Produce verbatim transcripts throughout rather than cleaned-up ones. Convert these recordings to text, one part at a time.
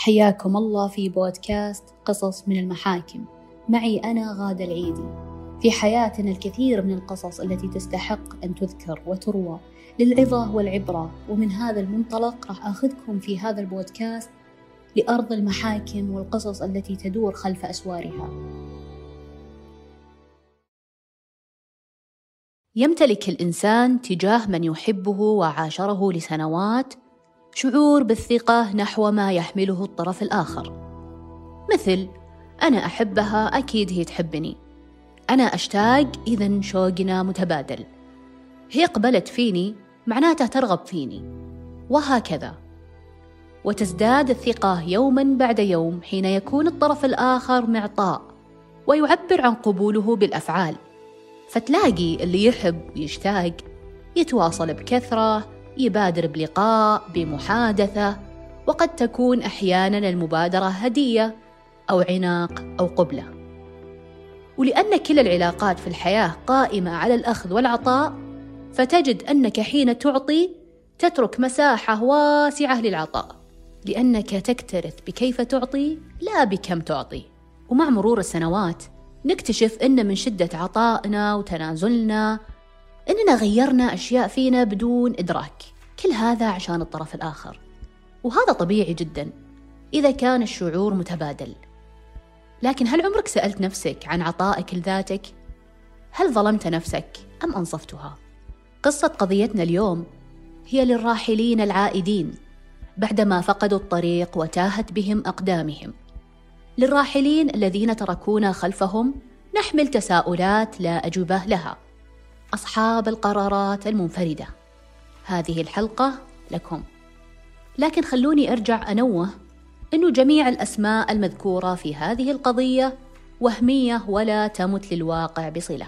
حياكم الله في بودكاست قصص من المحاكم. معي أنا غادة العيدي. في حياتنا الكثير من القصص التي تستحق أن تذكر وتروى للعظة والعبرة، ومن هذا المنطلق راح أخذكم في هذا البودكاست لأرض المحاكم والقصص التي تدور خلف أسوارها. يمتلك الإنسان تجاه من يحبه وعاشره لسنوات شعور بالثقة نحو ما يحمله الطرف الآخر، مثل أنا أحبها أكيد هي تحبني، أنا أشتاق إذن شوقنا متبادل، هي قبلت فيني معناته ترغب فيني، وهكذا. وتزداد الثقة يوما بعد يوم حين يكون الطرف الآخر معطاء ويعبر عن قبوله بالأفعال، فتلاقي اللي يحب ويشتاق يتواصل بكثرة، يبادر بلقاء، بمحادثة، وقد تكون أحياناً المبادرة هدية أو عناق أو قبلة. ولأن كل العلاقات في الحياة قائمة على الأخذ والعطاء، فتجد أنك حين تعطي تترك مساحة واسعة للعطاء، لأنك تكترث بكيف تعطي لا بكم تعطي. ومع مرور السنوات نكتشف أن من شدة عطائنا وتنازلنا إننا غيرنا أشياء فينا بدون إدراك، كل هذا عشان الطرف الآخر. وهذا طبيعي جدا إذا كان الشعور متبادل. لكن هل عمرك سألت نفسك عن عطائك لذاتك؟ هل ظلمت نفسك أم أنصفتها؟ قصة قضيتنا اليوم هي للراحلين العائدين بعدما فقدوا الطريق وتاهت بهم أقدامهم، للراحلين الذين تركونا خلفهم نحمل تساؤلات لا أجوبة لها، أصحاب القرارات المنفردة. هذه الحلقة لكم. لكن خلوني أرجع أنوه أنه جميع الأسماء المذكورة في هذه القضية وهمية ولا تمت للواقع بصلة.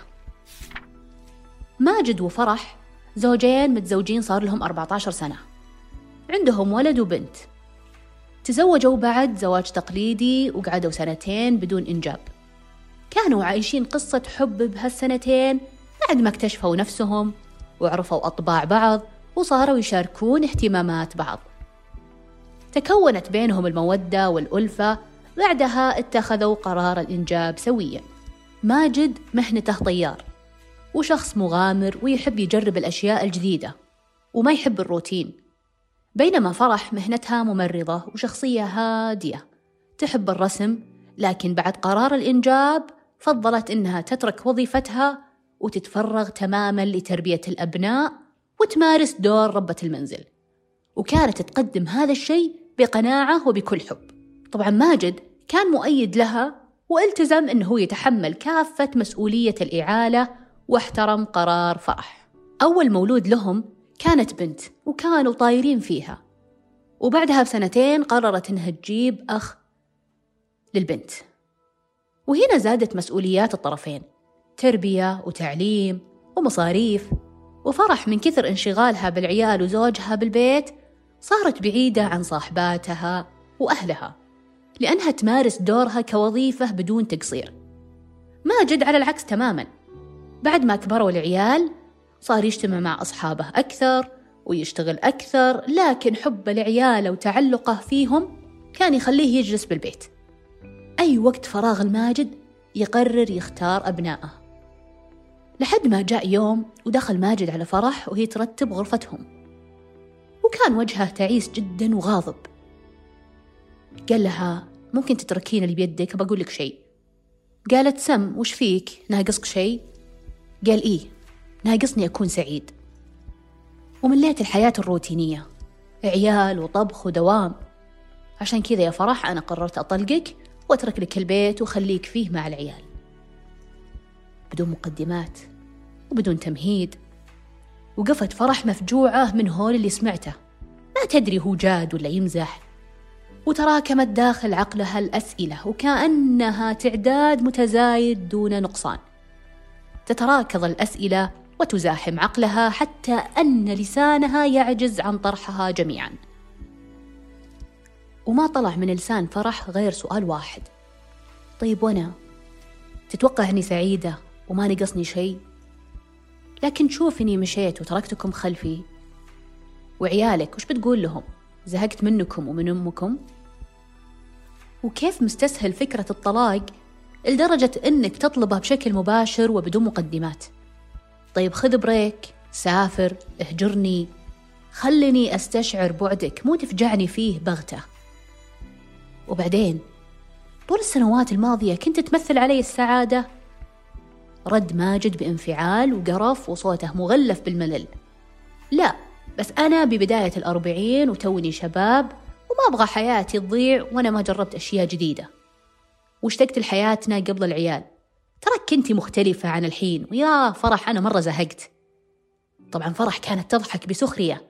ماجد وفرح زوجين متزوجين صار لهم أربعة عشر سنة، عندهم ولد وبنت. تزوجوا بعد زواج تقليدي وقعدوا سنتين بدون إنجاب. كانوا عايشين قصة حب بهالسنتين بعد ما اكتشفوا نفسهم وعرفوا أطباع بعض وصاروا يشاركون اهتمامات بعض. تكونت بينهم المودة والألفة، بعدها اتخذوا قرار الإنجاب سويا. ماجد مهنته طيار وشخص مغامر ويحب يجرب الأشياء الجديدة وما يحب الروتين، بينما فرح مهنتها ممرضة وشخصية هادية تحب الرسم، لكن بعد قرار الإنجاب فضلت إنها تترك وظيفتها وتتفرغ تماماً لتربية الأبناء وتمارس دور ربة المنزل، وكانت تقدم هذا الشيء بقناعة وبكل حب. طبعاً ماجد كان مؤيد لها والتزم أنه يتحمل كافة مسؤولية الإعالة واحترم قرار فرح. أول مولود لهم كانت بنت وكانوا طايرين فيها، وبعدها بسنتين قررت أنها تجيب أخ للبنت، وهنا زادت مسؤوليات الطرفين، تربية وتعليم ومصاريف. وفرح من كثر انشغالها بالعيال وزوجها بالبيت صارت بعيدة عن صاحباتها وأهلها، لأنها تمارس دورها كوظيفة بدون تقصير. ماجد على العكس تماماً، بعد ما كبروا العيال صار يجتمع مع أصحابه أكثر ويشتغل أكثر، لكن حب العيال وتعلقه فيهم كان يخليه يجلس بالبيت. أي وقت فراغ الماجد يقرر يختار أبنائه، لحد ما جاء يوم ودخل ماجد على فرح وهي ترتب غرفتهم، وكان وجهه تعيس جدا وغاضب. قال لها ممكن تتركين اللي بيدك، بقول لك شيء. قالت سم، وش فيك، ناقصك شيء؟ قال إيه، ناقصني أكون سعيد ومليت الحياة الروتينية، عيال وطبخ ودوام، عشان كذا يا فرح أنا قررت أطلقك وأترك لك البيت وخليك فيه مع العيال. بدون مقدمات وبدون تمهيد، وقفت فرح مفجوعة من هول اللي سمعته، ما تدري هو جاد ولا يمزح، وتراكمت داخل عقلها الأسئلة وكأنها تعداد متزايد دون نقصان. تتراكض الأسئلة وتزاحم عقلها حتى أن لسانها يعجز عن طرحها جميعا. وما طلع من لسان فرح غير سؤال واحد: طيب وأنا؟ تتوقع أني سعيدة وما نقصني شيء؟ لكن شوف إني مشيت وتركتكم خلفي، وعيالك وش بتقول لهم؟ زهقت منكم ومن أمكم؟ وكيف مستسهل فكرة الطلاق لدرجة إنك تطلبها بشكل مباشر وبدون مقدمات. طيب خذ بريك، سافر، اهجرني، خلني أستشعر بعدك، مو تفجعني فيه بغتة. وبعدين طول السنوات الماضية كنت تمثل علي السعادة؟ رد ماجد بانفعال وقرف وصوته مغلف بالملل. لا، بس أنا ببداية الأربعين وتوني شباب وما أبغى حياتي تضيع وأنا ما جربت أشياء جديدة، واشتقت لحياتنا قبل العيال. ترى كنتي مختلفة عن الحين، ويا فرح أنا مرة زهقت. طبعا فرح كانت تضحك بسخرية.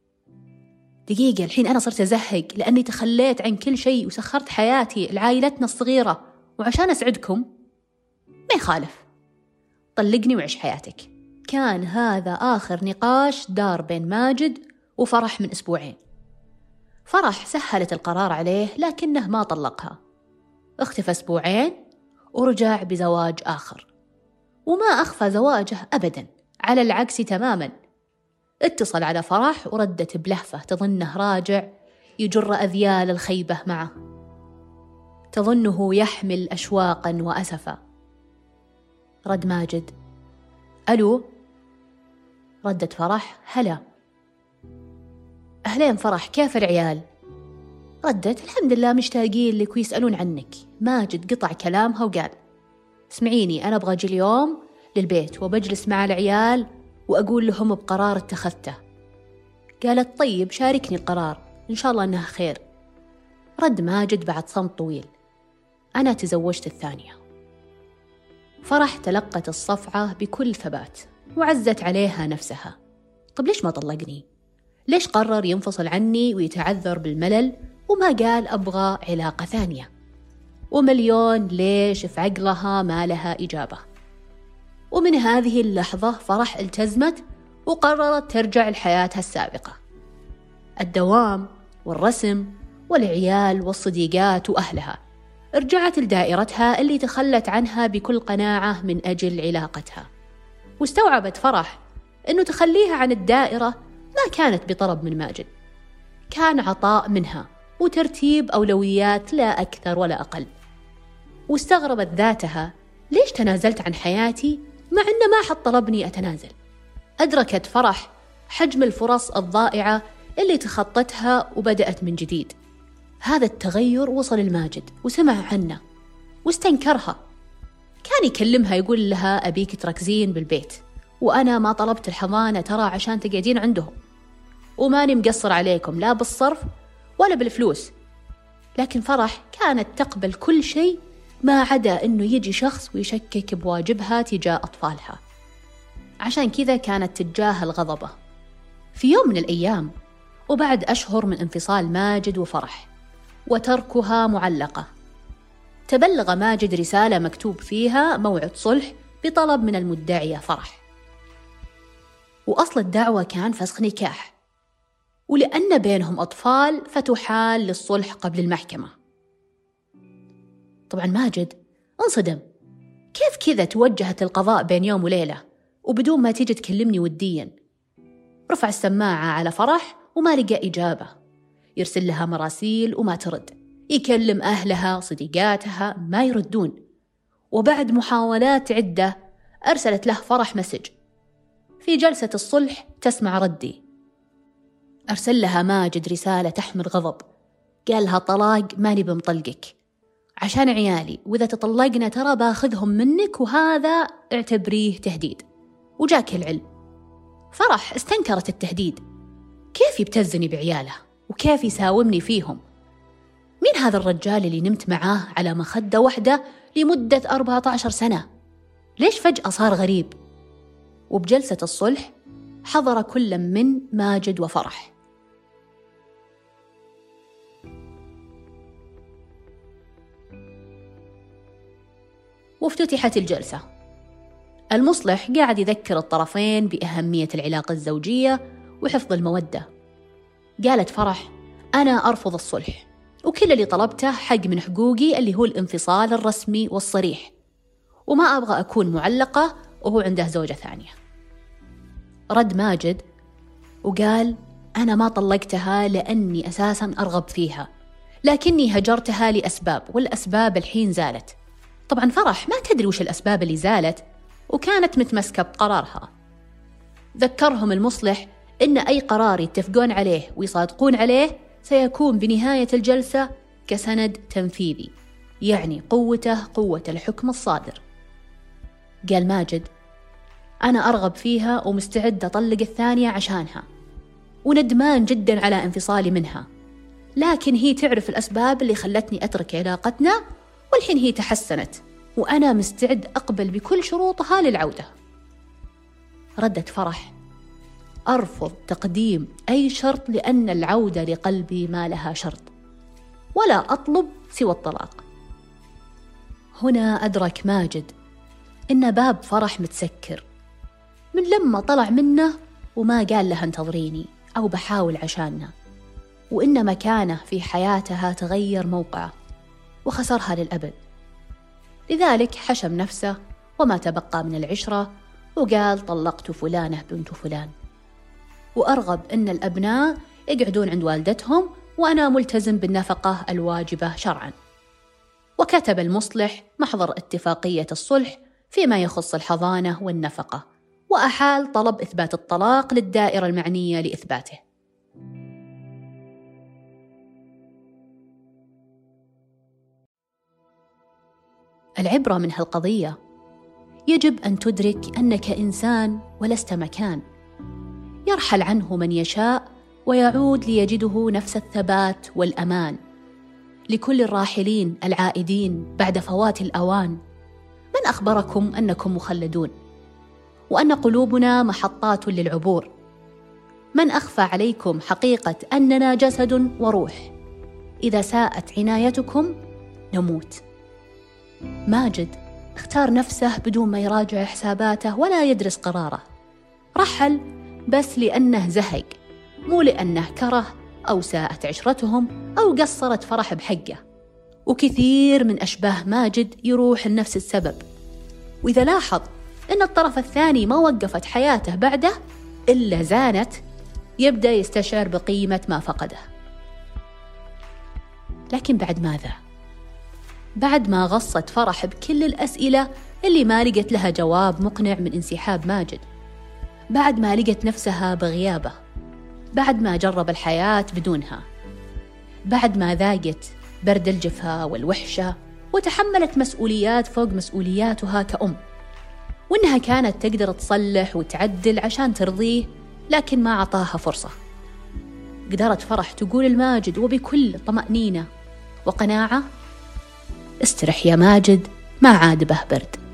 دقيقة، الحين أنا صرت أزهق لأني تخليت عن كل شيء وسخرت حياتي لعائلتنا الصغيرة وعشان أسعدكم؟ ما يخالف، طلقني وعيش حياتك. كان هذا آخر نقاش دار بين ماجد وفرح من أسبوعين. فرح سهلت القرار عليه لكنه ما طلقها، اختفى أسبوعين ورجع بزواج آخر، وما أخفى زواجه أبدا، على العكس تماما. اتصل على فرح وردت بلهفة تظنه راجع يجر أذيال الخيبة معه، تظنه يحمل أشواقا وأسفا. رد ماجد: ألو. ردت فرح: هلا. أهلين فرح، كيف العيال؟ ردت: الحمد لله مشتاقين لك ويسألون عنك. ماجد قطع كلامها وقال: اسمعيني، أنا أبغى أجي اليوم للبيت وبجلس مع العيال وأقول لهم بقرار اتخذته. قالت: طيب شاركني القرار، إن شاء الله أنها خير. رد ماجد بعد صمت طويل: أنا تزوجت الثانية. فرح تلقت الصفعة بكل ثبات وعزت عليها نفسها. طب ليش ما طلقني؟ ليش قرر ينفصل عني ويتعذر بالملل وما قال أبغى علاقة ثانية؟ ومليون ليش في عقلها ما لها إجابة. ومن هذه اللحظة فرح التزمت وقررت ترجع لحياتها السابقة، الدوام والرسم والعيال والصديقات وأهلها. رجعت لدائرتها اللي تخلت عنها بكل قناعة من أجل علاقتها. واستوعبت فرح أنه تخليها عن الدائرة ما كانت بطلب من ماجد، كان عطاء منها وترتيب أولويات لا أكثر ولا أقل. واستغربت ذاتها، ليش تنازلت عن حياتي مع أنه ما حد طلبني أتنازل؟ أدركت فرح حجم الفرص الضائعة اللي تخطتها وبدأت من جديد. هذا التغير وصل الماجد وسمع عنه واستنكرها. كان يكلمها يقول لها أبيك تركزين بالبيت، وأنا ما طلبت الحضانة ترى عشان تقعدين عندهم، وماني مقصر عليكم لا بالصرف ولا بالفلوس. لكن فرح كانت تقبل كل شيء ما عدا أنه يجي شخص ويشكك بواجبها تجاه أطفالها. عشان كذا كانت تتجاهل غضبه. في يوم من الأيام وبعد أشهر من انفصال ماجد وفرح وتركها معلقة، تبلغ ماجد رسالة مكتوب فيها موعد صلح بطلب من المدعية فرح. وأصل الدعوة كان فسخ نكاح، ولأن بينهم أطفال فتحال للصلح قبل المحكمة. طبعا ماجد انصدم، كيف كذا توجهت القضاء بين يوم وليلة وبدون ما تيجي تكلمني وديا؟ رفع السماعة على فرح وما لقى إجابة، يرسل لها مراسيل وما ترد، يكلم أهلها صديقاتها ما يردون. وبعد محاولات عدة أرسلت له فرح مسج: في جلسة الصلح تسمع ردي. أرسل لها ماجد رسالة تحمل غضب، قال لها: طلاق ماني بمطلقك عشان عيالي، وإذا تطلقنا ترى باخذهم منك، وهذا اعتبريه تهديد. وجاك العلم. فرح استنكرت التهديد، كيف يبتزني بعياله وكيف يساومني فيهم؟ مين هذا الرجال اللي نمت معاه على مخدة واحدة لمدة أربعة عشر سنة؟ ليش فجأة صار غريب؟ وبجلسة الصلح حضر كل من ماجد وفرح. وافتتحت الجلسة. المصلح قاعد يذكر الطرفين بأهمية العلاقة الزوجية وحفظ المودة. قالت فرح: أنا أرفض الصلح، وكل اللي طلبته حق من حقوقي اللي هو الانفصال الرسمي والصريح، وما أبغى أكون معلقة وهو عنده زوجة ثانية. رد ماجد وقال: أنا ما طلقتها لأني أساساً أرغب فيها، لكني هجرتها لأسباب، والأسباب الحين زالت. طبعا فرح ما تدري وش الأسباب اللي زالت، وكانت متمسكة بقرارها. ذكرهم المصلح إن أي قرار يتفقون عليه ويصادقون عليه سيكون بنهاية الجلسة كسند تنفيذي، يعني قوته قوة الحكم الصادر. قال ماجد: أنا أرغب فيها ومستعد أطلق الثانية عشانها، وندمان جدا على انفصالي منها، لكن هي تعرف الأسباب اللي خلتني أترك علاقتنا، والحين هي تحسنت وأنا مستعد أقبل بكل شروطها للعودة. ردت فرح: أرفض تقديم أي شرط، لأن العودة لقلبي ما لها شرط، ولا أطلب سوى الطلاق. هنا أدرك ماجد إن باب فرح متسكر من لما طلع منه وما قال لها انتظريني أو بحاول عشاننا، وإن مكانه في حياتها تغير موقعه وخسرها للأبد. لذلك حشم نفسه وما تبقى من العشرة، وقال: طلقت فلانة بنت فلان، وأرغب أن الأبناء يقعدون عند والدتهم، وأنا ملتزم بالنفقة الواجبة شرعاً. وكتب المصلح محضر اتفاقية الصلح فيما يخص الحضانة والنفقة، وأحال طلب إثبات الطلاق للدائرة المعنية لإثباته. العبرة من هالقضية: يجب أن تدرك أنك إنسان ولست مكان، يرحل عنه من يشاء ويعود ليجده نفس الثبات والأمان. لكل الراحلين العائدين بعد فوات الأوان، من أخبركم أنكم مخلدون، وأن قلوبنا محطات للعبور؟ من أخفى عليكم حقيقة أننا جسد وروح؟ إذا ساءت عنايتكم نموت. ماجد اختار نفسه بدون ما يراجع حساباته ولا يدرس قراره. رحل بس لأنه زهق، مو لأنه كره أو ساءت عشرتهم أو قصرت فرح بحقه. وكثير من أشباه ماجد يروح لنفس السبب، وإذا لاحظ أن الطرف الثاني ما وقفت حياته بعده إلا زانت، يبدأ يستشعر بقيمة ما فقده. لكن بعد ماذا؟ بعد ما غصت فرح بكل الأسئلة اللي ما لقت لها جواب مقنع من انسحاب ماجد، بعد ما لقت نفسها بغيابه، بعد ما جرب الحياة بدونها، بعد ما ذاقت برد الجفا والوحشة وتحملت مسؤوليات فوق مسؤولياتها كأم، وإنها كانت تقدر تصلح وتعدل عشان ترضيه، لكن ما عطاها فرصة. قدرت فرح تقول الماجد وبكل طمأنينة وقناعة: استرح يا ماجد، ما عاد به برد.